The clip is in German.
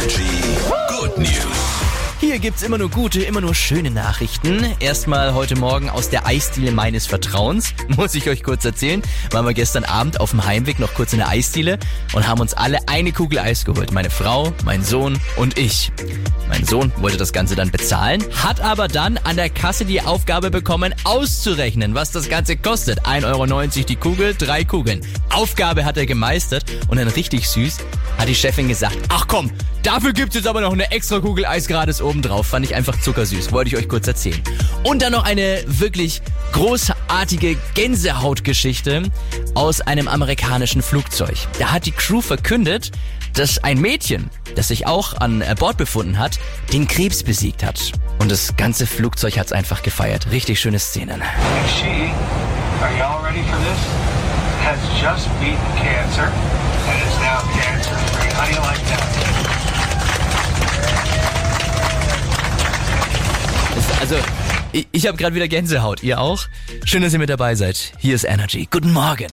Energy Good News. Hier gibt's immer nur gute, immer nur schöne Nachrichten. Erstmal heute Morgen aus der Eisdiele meines Vertrauens. Muss ich euch kurz erzählen. Waren wir gestern Abend auf dem Heimweg noch kurz in der Eisdiele und haben uns alle eine Kugel Eis geholt. Meine Frau, mein Sohn und ich. Mein Sohn wollte das Ganze dann bezahlen, hat aber dann an der Kasse die Aufgabe bekommen, auszurechnen, was das Ganze kostet. 1,90 Euro die Kugel, 3 Kugeln. Aufgabe hat er gemeistert und dann richtig süß hat die Chefin gesagt, ach komm, dafür gibt's jetzt aber noch eine extra Kugel Eis gratis obendrauf. Fand ich einfach zuckersüß, wollte ich euch kurz erzählen. Und dann noch eine wirklich großartige Gänsehautgeschichte aus einem amerikanischen Flugzeug. Da hat die Crew verkündet, dass ein Mädchen, das sich auch an Bord befunden hat, den Krebs besiegt hat. Und das ganze Flugzeug hat's einfach gefeiert. Richtig schöne Szenen. She, are y'all ready for this? Has just beaten cancer and is now cancer-free. How do you like that? Also, ich habe gerade wieder Gänsehaut. Ihr auch? Schön, dass ihr mit dabei seid. Hier ist Energy. Guten Morgen.